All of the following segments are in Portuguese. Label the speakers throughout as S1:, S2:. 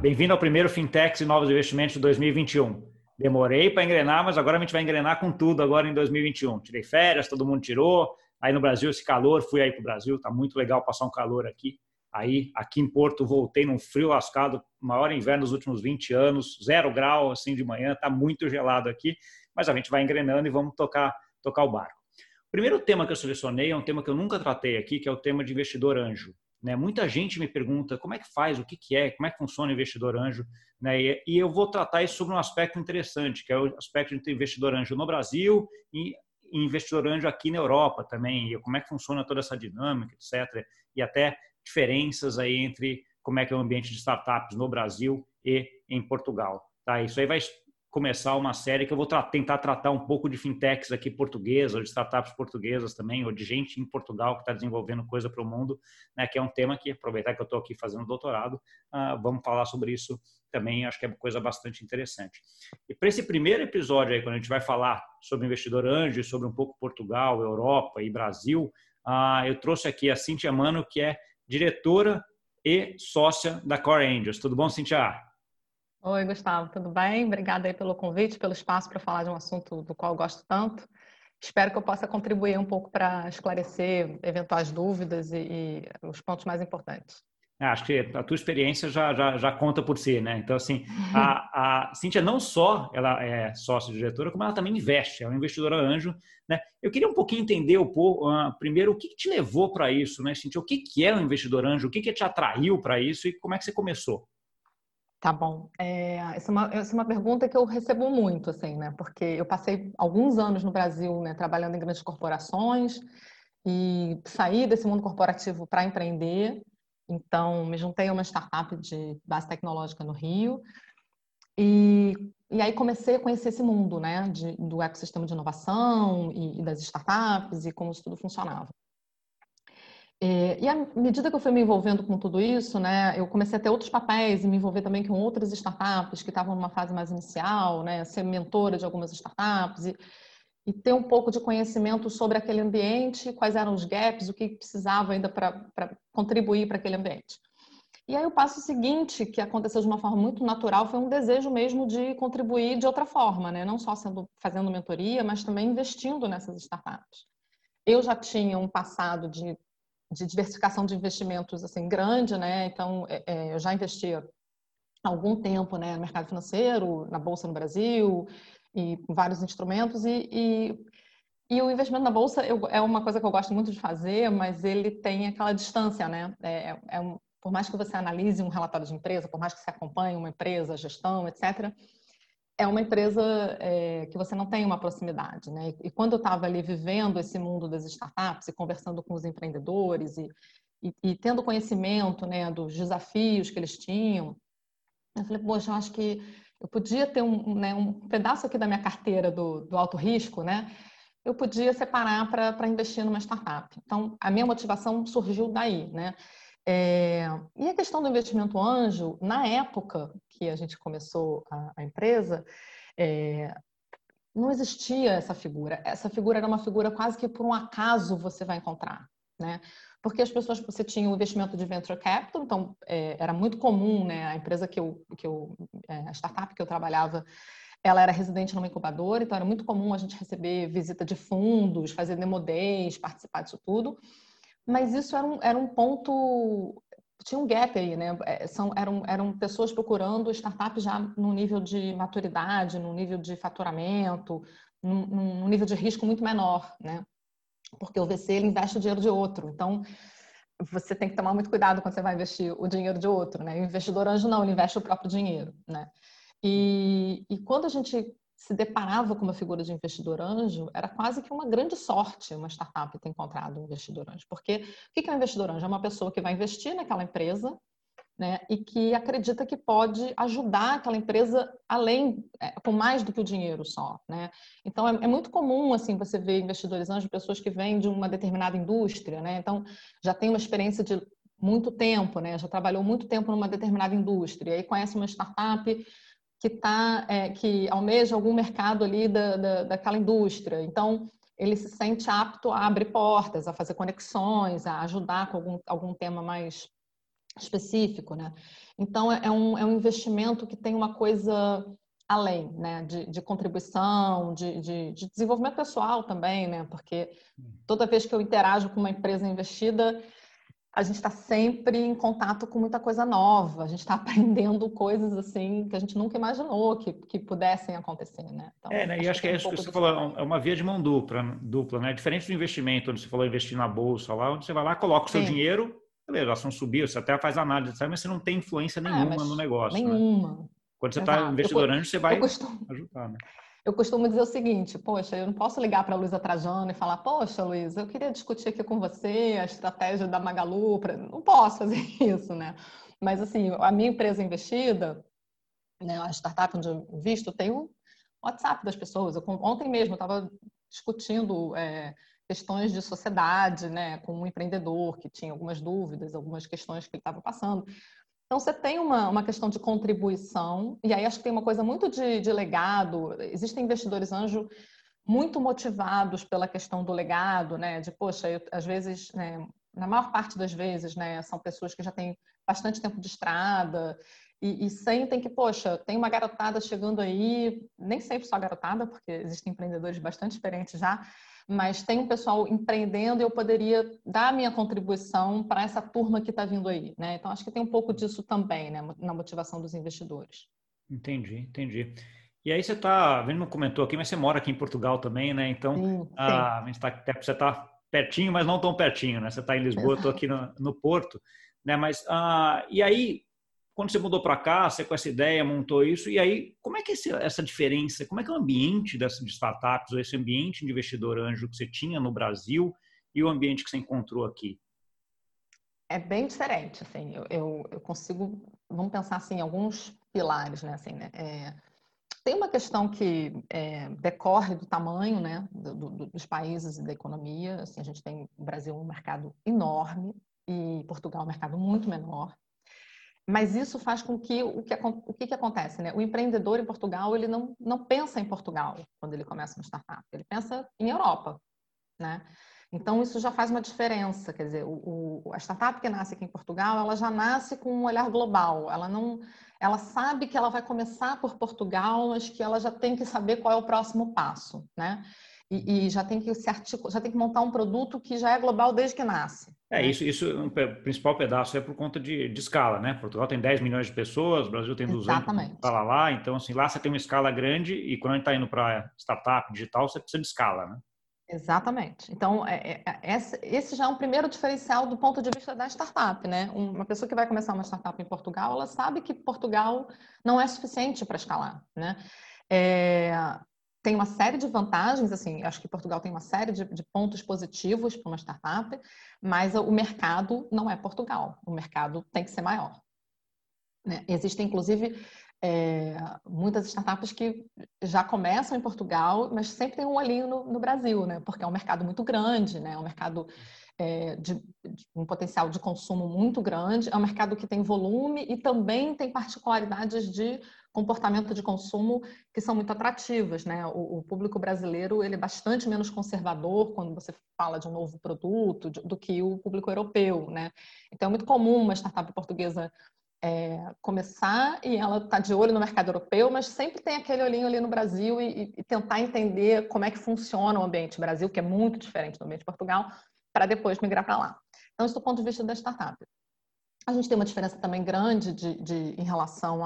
S1: bem-vindo ao primeiro Fintechs e Novos Investimentos de 2021. Demorei para engrenar, mas agora a gente vai engrenar com tudo agora em 2021. Tirei férias, todo mundo tirou. Aí no Brasil esse calor, fui aí para o Brasil, tá muito legal passar um calor aqui. Aí aqui em Porto voltei num frio lascado, maior inverno dos últimos 20 anos, 0 grau assim de manhã, tá muito gelado aqui, mas a gente vai engrenando e vamos tocar o barco. O primeiro tema que eu selecionei é um tema que eu nunca tratei aqui, que é o tema de investidor anjo. Muita gente me pergunta como é que faz, o que é, como é que funciona o investidor anjo, e eu vou tratar isso sobre um aspecto interessante, que é o aspecto de investidor anjo no Brasil e investidor anjo aqui na Europa também, e como é que funciona toda essa dinâmica, etc. E até diferenças aí entre como é que é o ambiente de startups no Brasil e em Portugal. Tá? Isso aí vai começar uma série que eu vou tentar tratar um pouco de fintechs aqui portuguesas, ou de startups portuguesas também, ou de gente em Portugal que está desenvolvendo coisa para o mundo, que é um tema que, aproveitar que eu estou aqui fazendo doutorado, vamos falar sobre isso também, acho que é uma coisa bastante interessante. E para esse primeiro episódio aí, quando a gente vai falar sobre investidor anjo, sobre um pouco Portugal, Europa e Brasil, eu trouxe aqui a Cíntia Mano, que é diretora e sócia da Core Angels. Tudo bom, Cíntia?
S2: Oi, Gustavo, tudo bem? Obrigada aí pelo convite, pelo espaço para falar de um assunto do qual eu gosto tanto. Espero que eu possa contribuir um pouco para esclarecer eventuais dúvidas e os pontos mais importantes.
S1: Acho que a tua experiência já conta por si, né? Então, assim, a Cíntia não só ela é sócia-diretora, como ela também investe, é uma investidora anjo, né? Eu queria um pouquinho entender primeiro o que te levou para isso, né, Cíntia? O que é um investidor anjo? O que te atraiu para isso e como é que você começou?
S2: Tá bom. Essa é uma pergunta que eu recebo muito, assim, né? Porque eu passei alguns anos no Brasil, né, trabalhando em grandes corporações e saí desse mundo corporativo para empreender. Então, me juntei a uma startup de base tecnológica no Rio e aí comecei a conhecer esse mundo, né, do ecossistema de inovação e das startups e como isso tudo funcionava. E à medida que eu fui me envolvendo com tudo isso, né, eu comecei a ter outros papéis e me envolver também com outras startups que estavam numa fase mais inicial, né, ser mentora de algumas startups e ter um pouco de conhecimento sobre aquele ambiente, quais eram os gaps, o que precisava ainda para contribuir para aquele ambiente. E aí o passo seguinte, que aconteceu de uma forma muito natural, foi um desejo mesmo de contribuir de outra forma, né, não só fazendo mentoria, mas também investindo nessas startups. Eu já tinha um passado de diversificação de investimentos assim grande, né? Então eu já investi há algum tempo, né, no mercado financeiro, na bolsa no Brasil e com vários instrumentos e o investimento na bolsa é uma coisa que eu gosto muito de fazer, mas ele tem aquela distância, né? Por mais que você analise um relatório de empresa, por mais que você acompanhe uma empresa, a gestão, etc., é uma empresa que você não tem uma proximidade, né? E quando eu estava ali vivendo esse mundo das startups e conversando com os empreendedores e tendo conhecimento, né, dos desafios que eles tinham, eu falei, poxa, eu acho que eu podia ter um pedaço aqui da minha carteira do alto risco, né? Eu podia separar para investir numa startup. Então, a minha motivação surgiu daí, né? E a questão do investimento anjo, na época que a gente começou a empresa, não existia essa figura. Essa figura era uma figura quase que por um acaso você vai encontrar, né? Porque as pessoas, você tinha o investimento de venture capital, então era muito comum, né? A empresa a startup que eu trabalhava, ela era residente numa incubadora, então era muito comum a gente receber visita de fundos, fazer demo days, participar disso tudo. Mas isso era um ponto, tinha um gap aí, né? Eram pessoas procurando startups já no nível de maturidade, no nível de faturamento, num nível de risco muito menor, né? Porque o VC, ele investe o dinheiro de outro. Então, você tem que tomar muito cuidado quando você vai investir o dinheiro de outro, né? O investidor anjo não, ele investe o próprio dinheiro, né? E quando a gente se deparava com uma figura de investidor anjo, era quase que uma grande sorte uma startup ter encontrado um investidor anjo. Porque o que é um investidor anjo? É uma pessoa que vai investir naquela empresa, né, e que acredita que pode ajudar aquela empresa com mais do que o dinheiro só, né? Então é muito comum assim você ver investidores anjos, pessoas que vêm de uma determinada indústria, né? Então já tem uma experiência de muito tempo, né? Já trabalhou muito tempo numa determinada indústria, e aí conhece uma startup que almeja algum mercado ali daquela indústria. Então ele se sente apto a abrir portas, a fazer conexões, a ajudar com algum tema mais específico, né? Então, é um investimento que tem uma coisa além, né? De contribuição, de desenvolvimento pessoal também, né? Porque toda vez que eu interajo com uma empresa investida, a gente está sempre em contato com muita coisa nova, a gente está aprendendo coisas assim que a gente nunca imaginou que pudessem acontecer, né? Então,
S1: Né? E
S2: acho que
S1: acho que
S2: tem
S1: é
S2: um
S1: isso que
S2: pouco
S1: você
S2: disso
S1: falou,
S2: também.
S1: é uma via de mão dupla, né? Diferente do investimento, onde você falou investir na bolsa lá, onde você vai lá, coloca o seu
S2: Sim.
S1: dinheiro, beleza, a ação subiu, você até faz análise, sabe? Mas você não tem influência nenhuma no
S2: Mas
S1: negócio, né?
S2: nenhuma.
S1: Quando você está
S2: Exato.
S1: investidor anjo, você
S2: Eu
S1: vai
S2: costumo,
S1: ajudar, né?
S2: eu costumo dizer o seguinte, poxa, eu não posso ligar para a Luísa Trajano e falar, poxa, Luísa, eu queria discutir aqui com você a estratégia da Magalu. Não posso fazer isso, né? Mas, assim, a minha empresa investida, né, a startup onde eu invisto, tem o WhatsApp das pessoas. Ontem mesmo eu estava discutindo questões de sociedade, né, com um empreendedor que tinha algumas dúvidas, algumas questões que ele estava passando. Então, você tem uma questão de contribuição, e aí acho que tem uma coisa muito de legado. Existem investidores anjo muito motivados pela questão do legado, né? De, poxa, às vezes, né, na maior parte das vezes, né, são pessoas que já têm bastante tempo de estrada e sentem que, poxa, tem uma garotada chegando aí, nem sempre só garotada, porque existem empreendedores bastante experientes já, mas tem um pessoal empreendendo e eu poderia dar a minha contribuição para essa turma que está vindo aí, né? Então, acho que tem um pouco disso também, né, na motivação dos investidores.
S1: Entendi. E aí você está, a gente não comentou aqui, mas você mora aqui em Portugal também, né? Então,
S2: Sim, sim.
S1: você está pertinho, mas não tão pertinho, né? Você está em Lisboa, eu estou aqui no Porto, né? Mas, e aí, quando você mudou para cá, você com essa ideia montou isso, e aí, como é que é essa diferença, como é que é o ambiente de startups, ou esse ambiente de investidor anjo que você tinha no Brasil e o ambiente que você encontrou aqui?
S2: É bem diferente, assim, eu consigo, vamos pensar assim, em alguns pilares, né, assim, né, tem uma questão que decorre do tamanho, né, dos países e da economia, assim, a gente tem o Brasil um mercado enorme e Portugal um mercado muito menor, mas isso faz com que o que acontece, né, o empreendedor em Portugal, ele não pensa em Portugal quando ele começa uma startup, ele pensa em Europa, né? Então, isso já faz uma diferença. Quer dizer, a startup que nasce aqui em Portugal, ela já nasce com um olhar global. Ela sabe que ela vai começar por Portugal, mas que ela já tem que saber qual é o próximo passo, né? E já tem que já tem que montar um produto que já é global desde que nasce, né?
S1: Isso o principal pedaço é por conta de escala, né? Portugal tem 10 milhões de pessoas, o Brasil tem 200,
S2: Exatamente.
S1: lá, então assim, lá você tem uma escala grande e quando a gente está indo para startup digital, você precisa de escala, né?
S2: Exatamente. Então, esse já é um primeiro diferencial do ponto de vista da startup, né? Uma pessoa que vai começar uma startup em Portugal, ela sabe que Portugal não é suficiente para escalar, né? É, tem uma série de vantagens, assim, acho que Portugal tem uma série de pontos positivos para uma startup, mas o mercado não é Portugal. O mercado tem que ser maior, né? Existem, inclusive, muitas startups que já começam em Portugal, mas sempre tem um olhinho no Brasil, né? Porque é um mercado muito grande, né? É um mercado de um potencial de consumo muito grande, é um mercado que tem volume e também tem particularidades de comportamento de consumo que são muito atrativas, né? O público brasileiro, ele é bastante menos conservador quando você fala de um novo produto do que o público europeu, né? Então é muito comum uma startup portuguesa começar e ela está de olho no mercado europeu, mas sempre tem aquele olhinho ali no Brasil e tentar entender como é que funciona o ambiente Brasil, que é muito diferente do ambiente Portugal, para depois migrar para lá. Então, isso do ponto de vista da startup. A gente tem uma diferença também grande em relação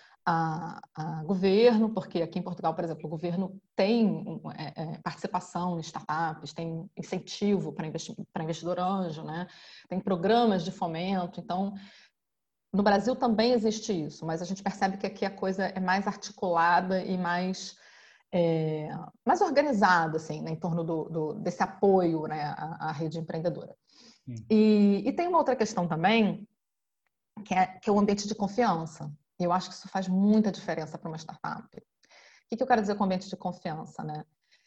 S2: a governo, porque aqui em Portugal, por exemplo, o governo tem participação em startups, tem incentivo para investidor anjo, né? Tem programas de fomento, então no Brasil também existe isso, mas a gente percebe que aqui a coisa é mais articulada e mais organizada, assim, né, em torno desse apoio, né, à rede empreendedora. E tem uma outra questão também, que é o ambiente de confiança. Eu acho que isso faz muita diferença para uma startup. O que eu quero dizer com ambiente de confiança, né?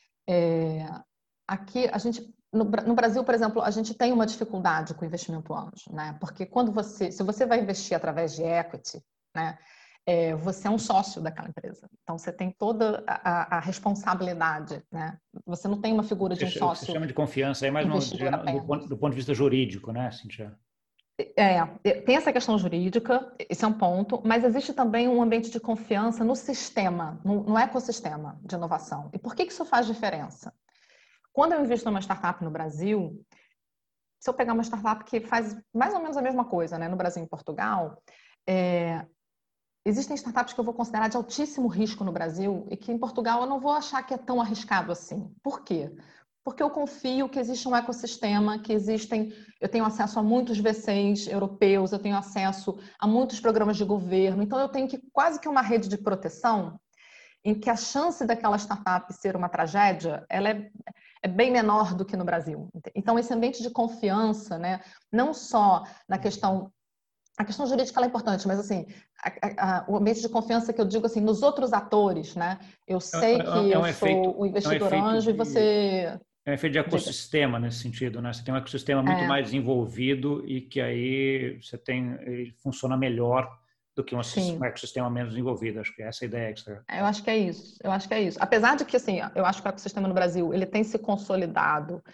S2: Aqui, no Brasil, por exemplo, a gente tem uma dificuldade com o investimento anjo, né? Porque se você vai investir através de equity, né? Você é um sócio daquela empresa. Então, você tem toda a responsabilidade, né? Você não tem uma figura de um
S1: O que você
S2: sócio
S1: chama de confiança aí, mas
S2: investidor
S1: do
S2: apenas.
S1: ponto de vista jurídico, né, Cintia?
S2: Tem essa questão jurídica, esse é um ponto, mas existe também um ambiente de confiança no sistema, no ecossistema de inovação. E por que isso faz diferença? Quando eu invisto numa startup no Brasil, se eu pegar uma startup que faz mais ou menos a mesma coisa, né, no Brasil e em Portugal, existem startups que eu vou considerar de altíssimo risco no Brasil e que em Portugal eu não vou achar que é tão arriscado assim. Por quê? Porque eu confio que existe um ecossistema, eu tenho acesso a muitos VCs europeus, eu tenho acesso a muitos programas de governo, então eu tenho quase que uma rede de proteção em que a chance daquela startup ser uma tragédia, ela é bem menor do que no Brasil. Então, esse ambiente de confiança, né, não só na questão... A questão jurídica ela é importante, mas assim, o ambiente de confiança que eu digo assim, nos outros atores, né? Eu sei que eu sou o investidor anjo e você...
S1: É um efeito de ecossistema nesse sentido, né? Você tem um ecossistema muito mais desenvolvido e que aí ele funciona melhor do que um ecossistema menos desenvolvido. Acho que essa é a ideia.
S2: Eu acho que é isso. Apesar de que, assim, eu acho que o ecossistema no Brasil, ele tem se consolidado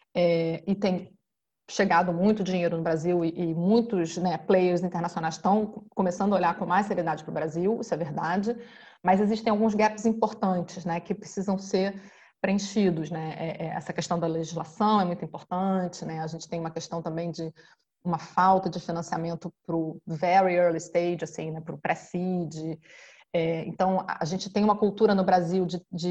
S2: e tem chegado muito dinheiro no Brasil e muitos, né, players internacionais estão começando a olhar com mais seriedade para o Brasil, isso é verdade, mas existem alguns gaps importantes, né, que precisam ser preenchidos, né? Essa questão da legislação é muito importante, né? A gente tem uma questão também de uma falta de financiamento para o very early stage, assim, né, para o pré-seed. Então, a gente tem uma cultura no Brasil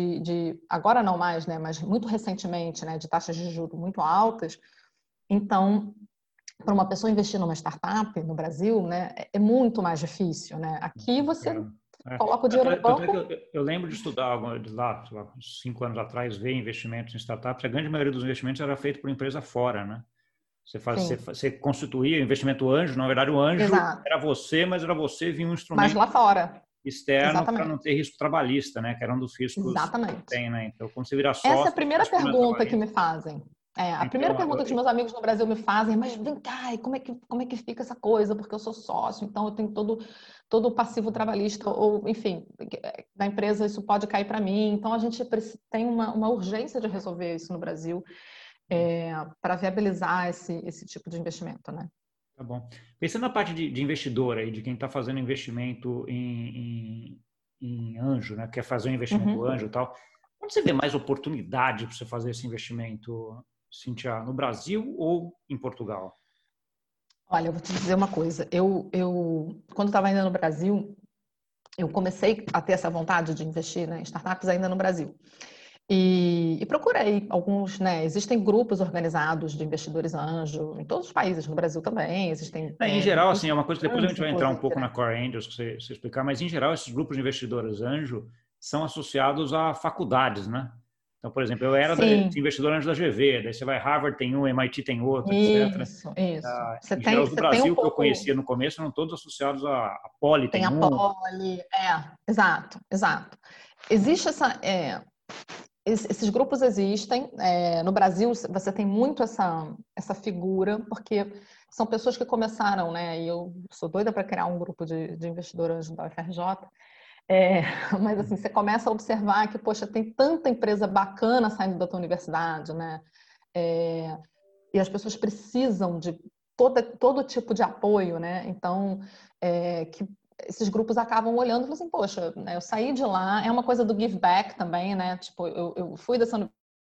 S2: agora não mais, né, mas muito recentemente, né, de taxas de juros muito altas. Então, para uma pessoa investir numa startup no Brasil, né, é muito mais difícil, né? Aqui você coloca o dinheiro no banco.
S1: Eu lembro de estudar lá, 5 anos atrás, ver investimentos em startups. A grande maioria dos investimentos era feito por empresa fora, né? Você constituía investimento anjo, na verdade o anjo era você, mas era você via um instrumento
S2: mas lá fora
S1: externo para não ter risco trabalhista, né? Que era um dos riscos que tem, né? Então, quando você vira sócio...
S2: Essa é a primeira pergunta que me fazem. A primeira pergunta que os meus amigos no Brasil me fazem, mas vem cá, como é que fica essa coisa? Porque eu sou sócio, então eu tenho todo o passivo trabalhista, ou enfim, da empresa isso pode cair para mim. Então a gente tem uma urgência de resolver isso no Brasil para viabilizar esse tipo de investimento, né?
S1: Tá bom. Pensando na parte de investidor aí, de quem está fazendo investimento em anjo, né? Quer fazer um investimento anjo e tal. Onde você vê mais oportunidade para você fazer esse investimento, Cíntia, no Brasil ou em Portugal?
S2: Olha, eu vou te dizer uma coisa. Quando estava ainda no Brasil, eu comecei a ter essa vontade de investir, né, em startups ainda no Brasil. E procurei alguns, né? Existem grupos organizados de investidores anjo em todos os países, no Brasil também. Existem.
S1: Em geral, assim, é uma coisa que depois a gente vai entrar um pouco na Core Angels, para você explicar, mas em geral, esses grupos de investidores anjo são associados a faculdades, né? Então, por exemplo, eu era investidor anjo da GV, daí você vai, Harvard tem um, MIT tem outro, etc.
S2: Isso.
S1: Em geral, do Brasil, que eu conhecia no começo, eram todos associados a Poli,
S2: tem a Poli, exato. Existe esses grupos existem. No Brasil, você tem muito essa figura, porque são pessoas que começaram, né? E eu sou doida para criar um grupo de investidor anjo da UFRJ. Mas assim, você começa a observar que, poxa, tem tanta empresa bacana saindo da tua universidade, né? E as pessoas precisam de todo tipo de apoio, né? Então, que esses grupos acabam olhando e falam assim, poxa, né, eu saí de lá, é uma coisa do give back também, né? Tipo, eu fui dessa...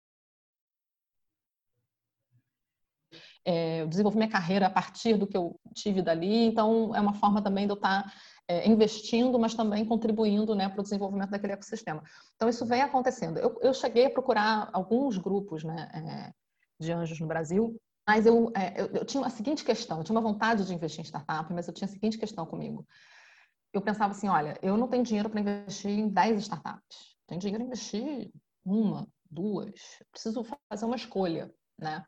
S2: eu desenvolvi minha carreira a partir do que eu tive dali, então é uma forma também de eu estar investindo, mas também contribuindo, né, para o desenvolvimento daquele ecossistema. Então, isso vem acontecendo. Eu cheguei a procurar alguns grupos, né, de anjos no Brasil, mas eu tinha a seguinte questão, eu tinha uma vontade de investir em startup, mas eu tinha a seguinte questão comigo. Eu pensava assim, olha, eu não tenho dinheiro para investir em 10 startups. Tenho dinheiro para investir uma, duas. Preciso fazer uma escolha, né?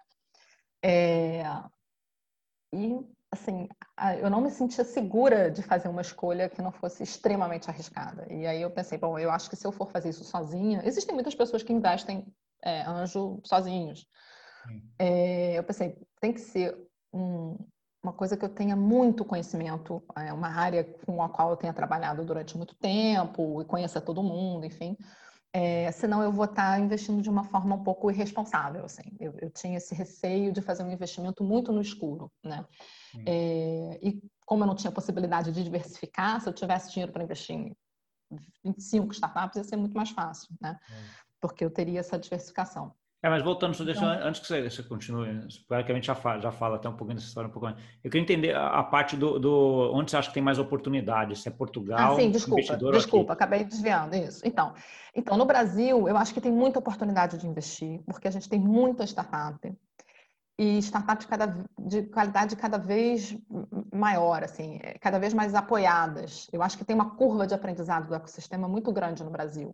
S2: E, assim, eu não me sentia segura de fazer uma escolha que não fosse extremamente arriscada. E aí eu pensei, bom, eu acho que se eu for fazer isso sozinha... Existem muitas pessoas que investem anjo sozinhos. Eu pensei, tem que ser uma coisa que eu tenha muito conhecimento, uma área com a qual eu tenha trabalhado durante muito tempo e conheça todo mundo, enfim. Senão eu vou estar investindo de uma forma um pouco irresponsável, assim. Eu tinha esse receio de fazer um investimento muito no escuro, né? E como eu não tinha possibilidade de diversificar, se eu tivesse dinheiro para investir em 25 startups, ia ser muito mais fácil, né? Porque eu teria essa diversificação.
S1: Mas voltando, só deixa,
S2: Então,
S1: antes que você continue, praticamente já fala até um pouquinho dessa história um pouco mais. Eu queria entender a parte do onde você acha que tem mais oportunidade, se é
S2: sim,
S1: Portugal, investidor ou aqui.
S2: desculpa, acabei desviando isso. Então, no Brasil, eu acho que tem muita oportunidade de investir, porque a gente tem muita startup e startups de qualidade cada vez maior, assim, cada vez mais apoiadas. Eu acho que tem uma curva de aprendizado do ecossistema muito grande no Brasil.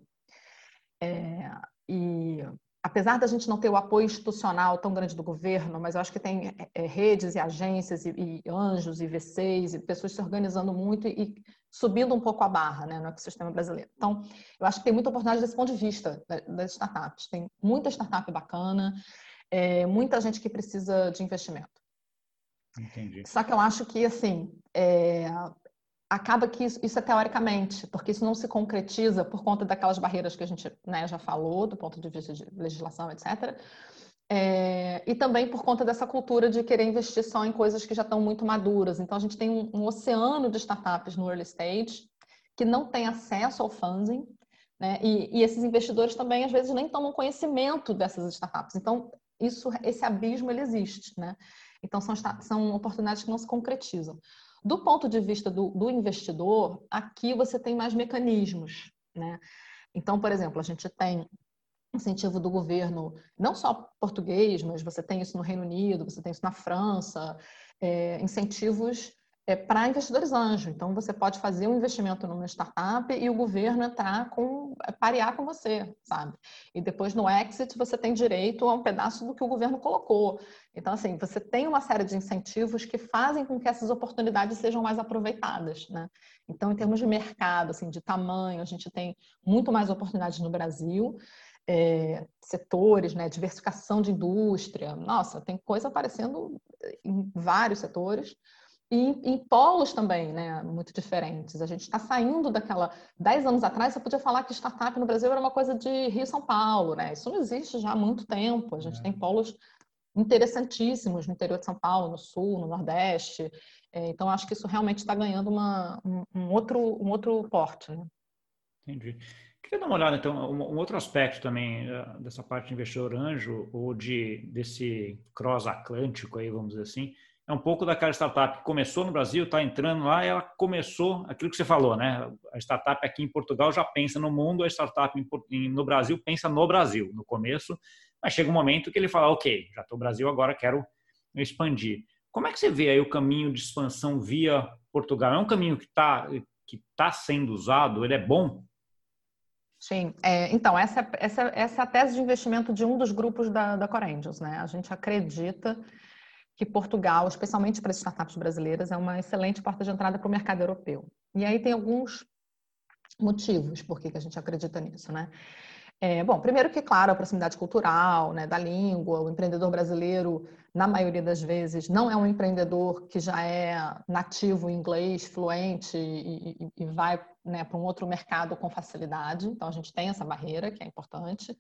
S2: E apesar da gente não ter o apoio institucional tão grande do governo, mas eu acho que tem redes e agências e anjos e VCs e pessoas se organizando muito e subindo um pouco a barra, né, no ecossistema brasileiro. Então, eu acho que tem muita oportunidade desse ponto de vista das startups. Tem muita startup bacana, muita gente que precisa de investimento.
S1: Entendi.
S2: Só que eu acho que, assim, acaba que isso é teoricamente, porque isso não se concretiza por conta daquelas barreiras que a gente, né, já falou, do ponto de vista de legislação, etc. E também por conta dessa cultura de querer investir só em coisas que já estão muito maduras. Então, a gente tem um oceano de startups no early stage que não tem acesso ao funding, né? E esses investidores também, às vezes, nem tomam conhecimento dessas startups. Então, esse abismo, ele existe, né? Então, são oportunidades que não se concretizam. Do ponto de vista do investidor, aqui você tem mais mecanismos, né? Então, por exemplo, a gente tem incentivo do governo, não só português, mas você tem isso no Reino Unido, você tem isso na França, incentivos para investidores anjo. Então, você pode fazer um investimento numa startup e o governo parear com você, sabe? E depois no exit você tem direito a um pedaço do que o governo colocou. Então, assim, você tem uma série de incentivos que fazem com que essas oportunidades sejam mais aproveitadas, né? Então, em termos de mercado, assim, de tamanho, a gente tem muito mais oportunidades no Brasil. Setores, né, diversificação de indústria. Nossa, tem coisa aparecendo em vários setores. E em polos também, né, muito diferentes. A gente está saindo daquela... 10 anos atrás, você podia falar que startup no Brasil era uma coisa de Rio-São Paulo, né? Isso não existe já há muito tempo. A gente tem polos interessantíssimos no interior de São Paulo, no Sul, no Nordeste. Então, acho que isso realmente está ganhando um outro porte, né?
S1: Entendi. Queria dar uma olhada, então, um outro aspecto também dessa parte de investidor anjo ou desse cross-atlântico aí, vamos dizer assim, é um pouco daquela startup que começou no Brasil, está entrando lá e ela começou aquilo que você falou, né? A startup aqui em Portugal já pensa no mundo, a startup no Brasil pensa no Brasil, no começo, mas chega um momento que ele fala, ok, já estou no Brasil, agora quero expandir. Como é que você vê aí o caminho de expansão via Portugal? É um caminho que tá sendo usado? Ele é bom?
S2: Sim, então essa é a tese de investimento de um dos grupos da Core Angels, né? A gente acredita que Portugal, especialmente para as startups brasileiras, é uma excelente porta de entrada para o mercado europeu. E aí tem alguns motivos por que a gente acredita nisso, né? Bom, primeiro que, claro, a proximidade cultural, né, da língua, o empreendedor brasileiro, na maioria das vezes, não é um empreendedor que já é nativo em inglês, fluente e vai, né, para um outro mercado com facilidade. Então, a gente tem essa barreira, que é importante.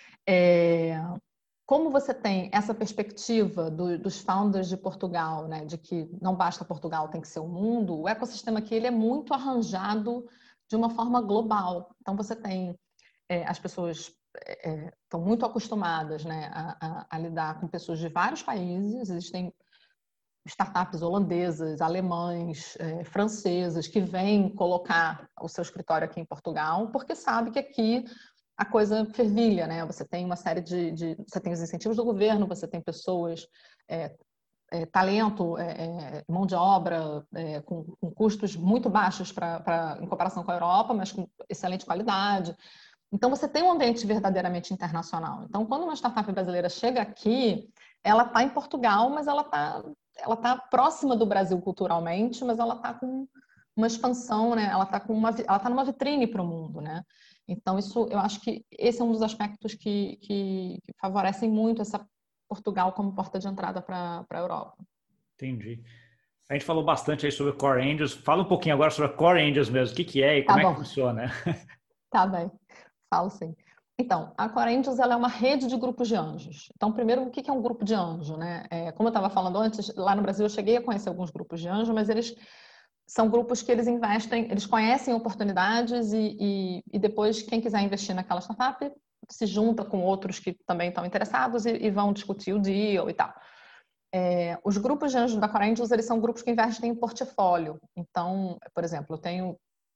S2: Como você tem essa perspectiva dos founders de Portugal, né, de que não basta Portugal, tem que ser o mundo, o ecossistema aqui ele é muito arranjado de uma forma global. Então, você tem as pessoas estão muito acostumadas, né, a lidar com pessoas de vários países. Existem startups holandesas, alemães, francesas que vêm colocar o seu escritório aqui em Portugal, porque sabe que aqui a coisa fervilha, né? Você tem uma série você tem os incentivos do governo, você tem pessoas, talento, mão de obra, com custos muito baixos em comparação com a Europa, mas com excelente qualidade. Então, você tem um ambiente verdadeiramente internacional. Então, quando uma startup brasileira chega aqui, ela está em Portugal, mas ela tá próxima do Brasil culturalmente, mas ela está com uma expansão, né? Ela tá numa vitrine para o mundo, né? Então, eu acho que esse é um dos aspectos que favorecem muito essa Portugal como porta de entrada para a Europa.
S1: Entendi. A gente falou bastante aí sobre Core Angels. Fala um pouquinho agora sobre a Core Angels mesmo. O que é e como é que funciona?
S2: Tá bem. Falo sim. Então, a Core Angels ela é uma rede de grupos de anjos. Então, primeiro, o que é um grupo de anjo, né? Como eu estava falando antes, lá no Brasil eu cheguei a conhecer alguns grupos de anjo, mas eles são grupos que eles investem, eles conhecem oportunidades e depois quem quiser investir naquela startup se junta com outros que também estão interessados e vão discutir o deal e tal. Os grupos de anjos da Core Angels, eles são grupos que investem em portfólio. Então, por exemplo, eu tenho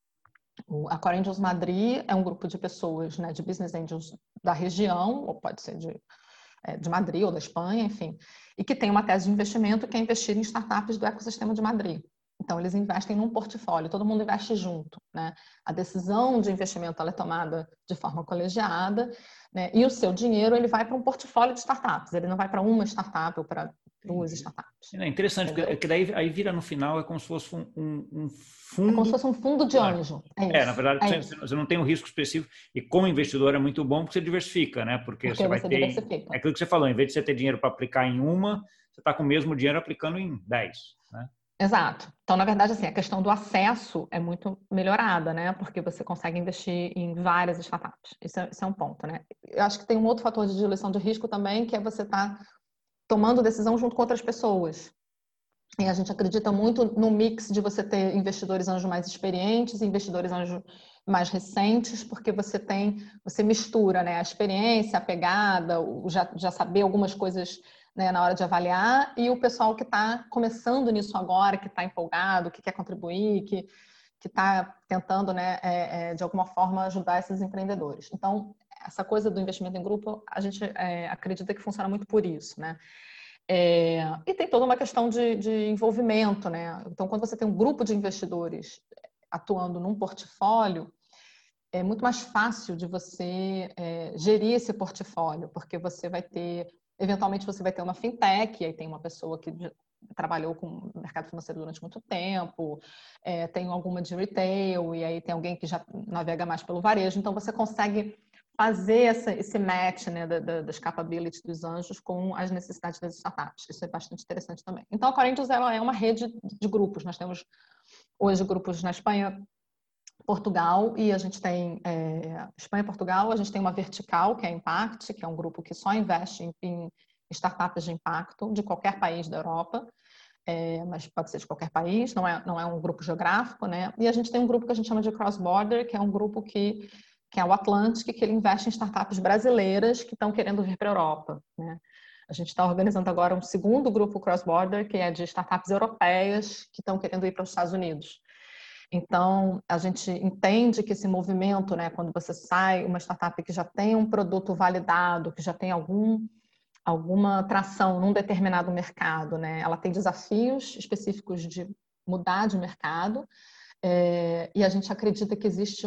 S2: a Core Angels Madrid é um grupo de pessoas, né, de business angels da região, ou pode ser de Madrid ou da Espanha, enfim, e que tem uma tese de investimento que é investir em startups do ecossistema de Madrid. Então, eles investem num portfólio, todo mundo investe junto, né? A decisão de investimento ela é tomada de forma colegiada, né? E o seu dinheiro ele vai para um portfólio de startups, ele não vai para uma startup ou para duas startups.
S1: É interessante, porque daí aí vira no final, é como se fosse um
S2: É como se
S1: fundo.
S2: fosse um fundo de anjo.
S1: Na verdade, você não tem um risco específico. E como investidor é muito bom porque você diversifica, né? Porque você vai ter.
S2: Diversifica.
S1: É aquilo que você falou, em vez de você ter dinheiro para aplicar em uma, você está com o mesmo dinheiro aplicando em 10, né?
S2: Exato. Então, na verdade, assim, a questão do acesso é muito melhorada, né? Porque você consegue investir em várias startups. Isso é um ponto, né? Eu acho que tem um outro fator de diluição de risco também, que é você estar tomando decisão junto com outras pessoas. E a gente acredita muito no mix de você ter investidores anjo mais experientes e investidores anjo mais recentes, porque você mistura, né, a experiência, a pegada, já saber algumas coisas, né, na hora de avaliar, e o pessoal que está começando nisso agora, que está empolgado, que quer contribuir, que está tentando, né, de alguma forma ajudar esses empreendedores. Então, essa coisa do investimento em grupo, a gente acredita que funciona muito por isso, né? E tem toda uma questão de envolvimento, né? Então, quando você tem um grupo de investidores atuando num portfólio, é muito mais fácil de você gerir esse portfólio, porque você vai ter, eventualmente você vai ter uma fintech, e aí tem uma pessoa que trabalhou com o mercado financeiro durante muito tempo, tem alguma de retail, e aí tem alguém que já navega mais pelo varejo, então você consegue fazer esse match, né, das capabilities dos anjos com as necessidades das startups. Isso é bastante interessante também. Então, a Core Angels ela é uma rede de grupos. Nós temos hoje grupos na Espanha, Portugal, e a gente tem Espanha e Portugal, a gente tem uma vertical, que é a Impact, que é um grupo que só investe em startups de impacto de qualquer país da Europa, mas pode ser de qualquer país, não é um grupo geográfico, né? E a gente tem um grupo que a gente chama de Cross Border, que é um grupo que é o Atlantic, que ele investe em startups brasileiras que estão querendo vir para a Europa, né? A gente está organizando agora um segundo grupo Cross Border, que é de startups europeias que estão querendo ir para os Estados Unidos. Então, a gente entende que esse movimento, né, quando você sai uma startup que já tem um produto validado, que já tem alguma tração num determinado mercado, né, ela tem desafios específicos de mudar de mercado, e a gente acredita que existe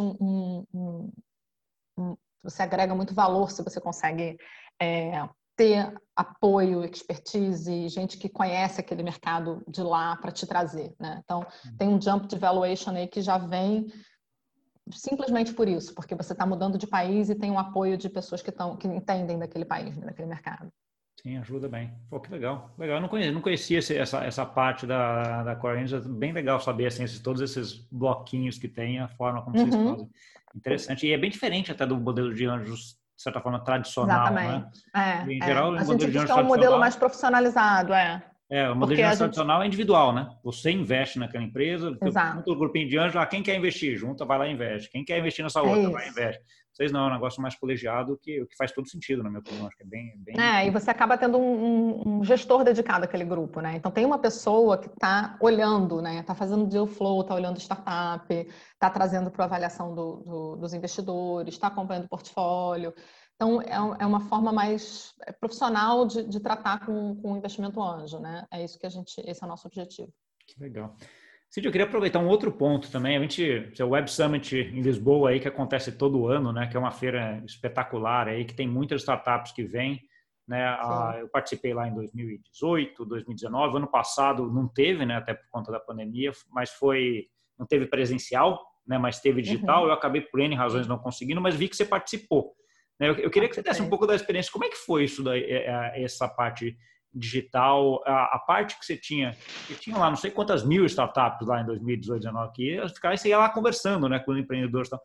S2: você agrega muito valor se você consegue ter apoio, expertise, gente que conhece aquele mercado de lá para te trazer, né? Então, tem um jump de valuation aí que já vem simplesmente por isso, porque você está mudando de país e tem um apoio de pessoas que entendem daquele país, né, daquele mercado.
S1: Sim, ajuda bem. Pô, que legal. Legal. Eu não conhecia essa parte da Core Angels. É bem legal saber assim, todos esses bloquinhos que tem, a forma como vocês fazem. Interessante. E é bem diferente até do modelo de anjos, de certa forma, tradicional, né?
S2: Exatamente.
S1: Em geral,
S2: A
S1: o modelo
S2: gente
S1: de
S2: diz
S1: anjos
S2: que é um modelo mais
S1: tradicional...
S2: profissionalizado,
S1: o modelo
S2: porque
S1: de anjos tradicional é individual, né? Você investe naquela empresa, junta o grupinho de anjos, quem quer investir, junta, vai lá e investe. Quem quer investir nessa outra, vai e investe. Vocês não, é um negócio mais colegiado que faz todo sentido, na minha opinião. Acho que é bem...
S2: e você acaba tendo um gestor dedicado àquele grupo, né? Então tem uma pessoa que está olhando, né? Está fazendo deal flow, está olhando startup, está trazendo para a avaliação dos investidores, está acompanhando o portfólio. Então é uma forma mais profissional de tratar com o investimento anjo, né? É isso que esse é o nosso objetivo.
S1: Que legal. Cid, eu queria aproveitar um outro ponto também. O Web Summit em Lisboa aí que acontece todo ano, né? Que é uma feira espetacular aí que tem muitas startups que vêm, né? Eu participei lá em 2018, 2019. Ano passado não teve, né? Até por conta da pandemia, mas não teve presencial, né? Mas teve digital. Eu acabei por N razões não conseguindo, mas vi que você participou. Eu queria que você desse um pouco da experiência. Como é que foi isso daí, essa parte digital, a parte que você tinha lá não sei quantas mil startups lá em 2018, 2019, que você ia lá conversando, né, com os empreendedores e tal.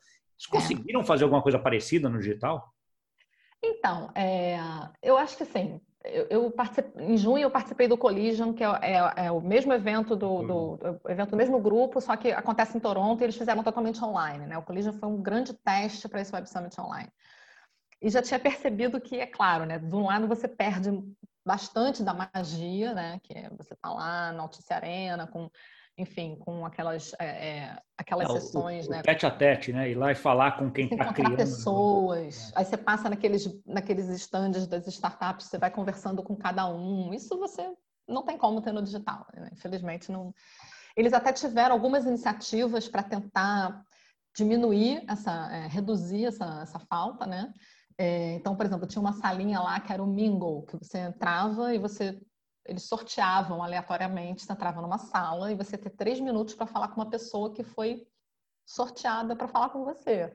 S1: Vocês conseguiram fazer alguma coisa parecida no digital?
S2: Então, eu acho que sim. Em junho eu participei do Collision, que é o mesmo evento evento do mesmo grupo, só que acontece em Toronto e eles fizeram totalmente online, né? O Collision foi um grande teste para esse Web Summit online. E já tinha percebido que, é claro, né? De um lado você perde bastante da magia, né? Que é você tá lá na Altice Arena, enfim, com aquelas sessões,
S1: O
S2: né?
S1: tete a tete, né? Ir lá e falar com quem
S2: Você
S1: está
S2: encontrar
S1: criando.
S2: pessoas, aí você passa naqueles stands das startups, você vai conversando com cada um. Isso você não tem como ter no digital, né? Infelizmente não. Eles até tiveram algumas iniciativas para tentar diminuir reduzir essa falta, né? Então, por exemplo, tinha uma salinha lá que era o Mingle, que você entrava e eles sorteavam aleatoriamente, você entrava numa sala e você ter 3 minutos para falar com uma pessoa que foi sorteada para falar com você.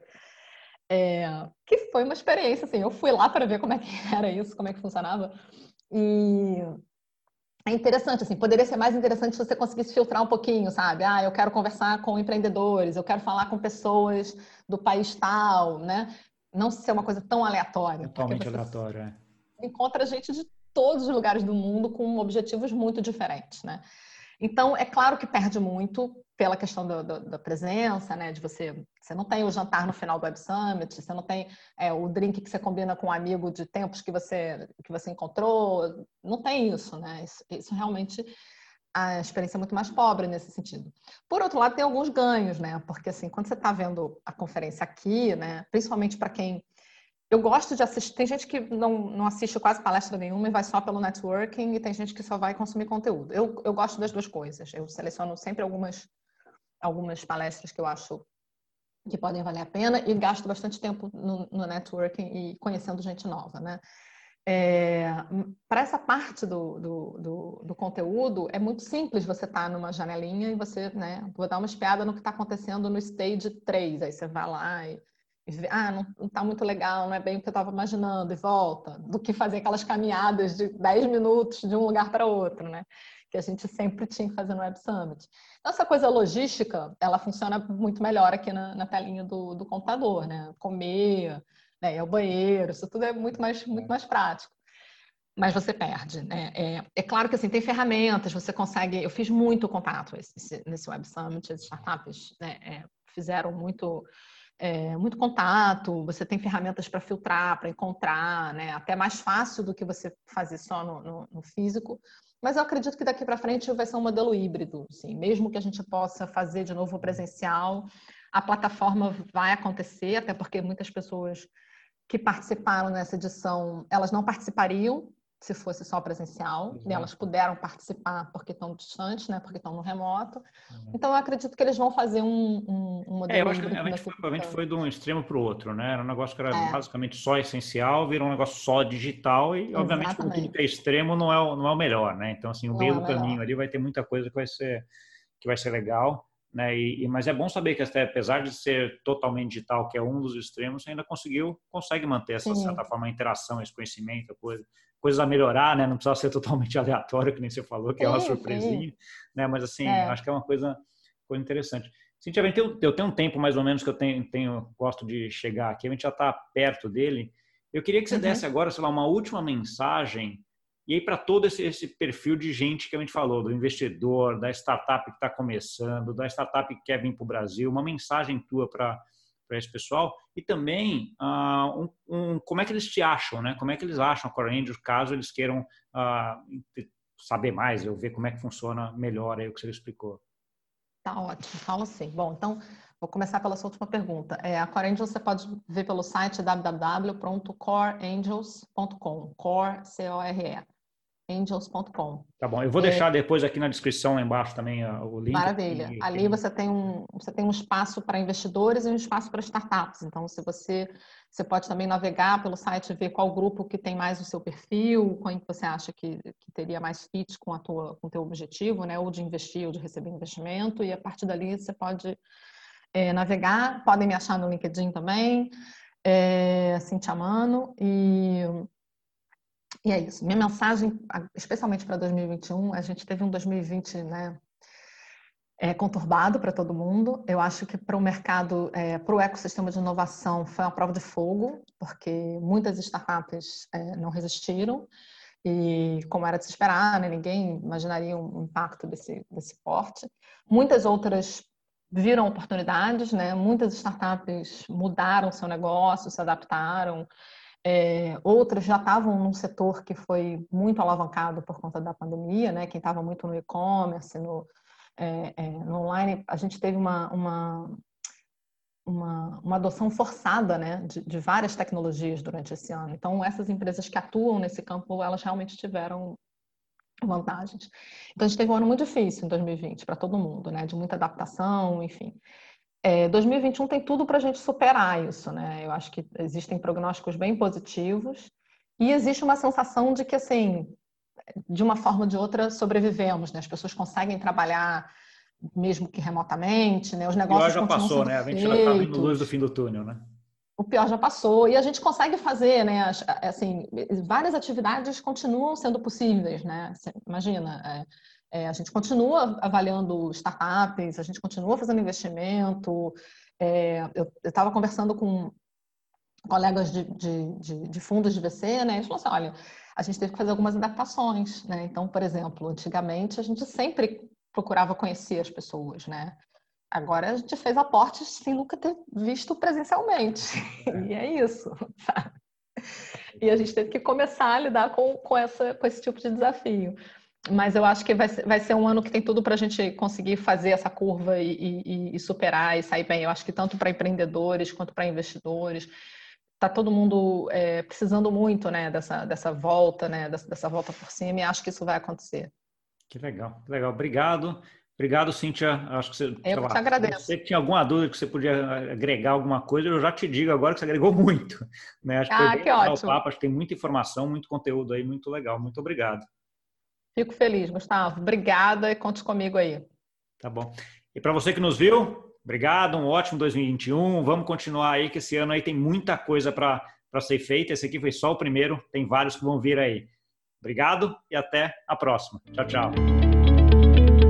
S2: Que foi uma experiência, assim, eu fui lá para ver como é que era isso, como é que funcionava, e é interessante, assim, poderia ser mais interessante se você conseguisse filtrar um pouquinho, sabe? Eu quero conversar com empreendedores, eu quero falar com pessoas do país tal, né? Não ser uma coisa tão aleatória, porque
S1: Totalmente
S2: você
S1: aleatório, é.
S2: encontra gente de todos os lugares do mundo com objetivos muito diferentes, né? Então, é claro que perde muito pela questão da presença, né? De você não tem o jantar no final do Web Summit, você não tem o drink que você combina com um amigo de tempos que você encontrou, não tem isso, né? Isso realmente, a experiência é muito mais pobre nesse sentido. Por outro lado, tem alguns ganhos, né? Porque, assim, quando você está vendo a conferência aqui, né? Principalmente para quem... Eu gosto de assistir. Tem gente que não assiste quase palestra nenhuma e vai só pelo networking, e tem gente que só vai consumir conteúdo. Eu gosto das duas coisas. Eu seleciono sempre algumas palestras que eu acho que podem valer a pena e gasto bastante tempo no networking e conhecendo gente nova, né? Para essa parte do conteúdo, é muito simples você estar numa janelinha e você, né? Vou dar uma espiada no que está acontecendo no stage 3. Aí você vai lá e vê, não está muito legal, não é bem o que eu estava imaginando, e volta, do que fazer aquelas caminhadas de 10 minutos de um lugar para outro, né? Que a gente sempre tinha que fazer no Web Summit. Então, essa coisa logística, ela funciona muito melhor aqui na telinha do computador, né? Comer, né, ir ao banheiro, isso tudo é muito mais prático. Mas você perde, né? É claro que assim, tem ferramentas, você consegue... Eu fiz muito contato nesse Web Summit, as startups, né, fizeram muito contato, você tem ferramentas para filtrar, para encontrar, né? Até mais fácil do que você fazer só no físico. Mas eu acredito que daqui para frente vai ser um modelo híbrido, assim. Mesmo que a gente possa fazer de novo presencial, a plataforma vai acontecer, até porque muitas pessoas que participaram nessa edição, elas não participariam se fosse só presencial, e elas puderam participar porque estão distantes, né? Porque estão no remoto. Então, eu acredito que eles vão fazer um modelo
S1: Eu acho que
S2: híbrido
S1: realmente a gente foi de um extremo para o outro, né? Era um negócio que era basicamente só essencial, virou um negócio só digital e, obviamente, como tudo que é extremo, não é o melhor, né? Então, assim, o meio do caminho ali vai ter muita coisa que vai ser legal, né? Mas é bom saber que, apesar de ser totalmente digital, que é um dos extremos, você ainda consegue manter essa, de certa forma, a interação, esse conhecimento, coisas a melhorar, né? Não precisa ser totalmente aleatório, que nem você falou, que é uma surpresinha, né? Mas, assim, eu acho que é uma coisa interessante. Cintia, eu tenho um tempo mais ou menos que eu gosto de chegar aqui, a gente já está perto dele. Eu queria que você desse agora, sei lá, uma última mensagem, e aí para todo esse perfil de gente que a gente falou, do investidor, da startup que está começando, da startup que quer vir para o Brasil, uma mensagem tua para esse pessoal, e também como é que eles te acham, né? Como é que eles acham a Core Angels, caso eles queiram saber mais, ou ver como é que funciona melhor aí o que você explicou.
S2: Tá ótimo, falo sim. Bom, então, vou começar pela sua última pergunta. A Core Angels você pode ver pelo site www.coreangels.com, Core, C-O-R-E, angels.com.
S1: Tá bom, eu vou deixar depois aqui na descrição lá embaixo também o link.
S2: Maravilha. Ali você tem um espaço para investidores e um espaço para startups. Então, você pode também navegar pelo site e ver qual grupo que tem mais o seu perfil, qual que você acha que teria mais fit com o teu objetivo, né? Ou de investir ou de receber investimento. E a partir dali você pode navegar. Podem me achar no LinkedIn também, Cintia Mano. E é isso. Minha mensagem, especialmente para 2021, a gente teve um 2020, né? conturbado para todo mundo. Eu acho que para o mercado, para o ecossistema de inovação, foi uma prova de fogo, porque muitas startups não resistiram. E como era de se esperar, né? Ninguém imaginaria um impacto desse porte. Muitas outras viram oportunidades, né? Muitas startups mudaram seu negócio, se adaptaram. Outras já estavam num setor que foi muito alavancado por conta da pandemia, né? Quem estava muito no e-commerce, no online, a gente teve uma adoção forçada, né, de várias tecnologias durante esse ano. Então, essas empresas que atuam nesse campo, elas realmente tiveram vantagens. Então, a gente teve um ano muito difícil em 2020 para todo mundo, né, de muita adaptação, enfim. 2021 tem tudo para a gente superar isso, né? Eu acho que existem prognósticos bem positivos e existe uma sensação de que, assim, de uma forma ou de outra, sobrevivemos, né? As pessoas conseguem trabalhar mesmo que remotamente, né? Os
S1: O pior
S2: negócios
S1: já
S2: continuam
S1: passou,
S2: sendo
S1: né? A gente já está vendo luz do
S2: feitos.
S1: fim do túnel, né?
S2: O pior já passou e a gente consegue fazer, né? Assim, várias atividades continuam sendo possíveis, né? Imagina, a gente continua avaliando startups, a gente continua fazendo investimento. Eu estava conversando com colegas de fundos de VC, né? Eles falaram assim, olha, a gente teve que fazer algumas adaptações, né? Então, por exemplo, antigamente a gente sempre procurava conhecer as pessoas, né? Agora a gente fez aportes sem nunca ter visto presencialmente. E é isso, sabe? E a gente teve que começar a lidar com esse tipo de desafio. Mas eu acho que vai ser um ano que tem tudo para a gente conseguir fazer essa curva e superar e sair bem. Eu acho que tanto para empreendedores quanto para investidores. Está todo mundo precisando muito, né, dessa volta, né, dessa volta por cima, e acho que isso vai acontecer.
S1: Que legal, que legal. Obrigado. Obrigado, Cíntia. Acho que você, sei
S2: Eu que te
S1: lá, se você
S2: agradeço.
S1: tinha alguma dúvida que você podia agregar alguma coisa, eu já te digo agora que você agregou muito, né? Acho que foi
S2: Ah,
S1: bem
S2: que
S1: legal o
S2: ótimo.
S1: papo, acho que tem muita informação, muito conteúdo aí, muito legal. Muito obrigado.
S2: Fico feliz, Gustavo. Obrigada e conte comigo aí.
S1: Tá bom. E para você que nos viu, obrigado, um ótimo 2021. Vamos continuar aí, que esse ano aí tem muita coisa para ser feita. Esse aqui foi só o primeiro, tem vários que vão vir aí. Obrigado e até a próxima. Tchau, tchau.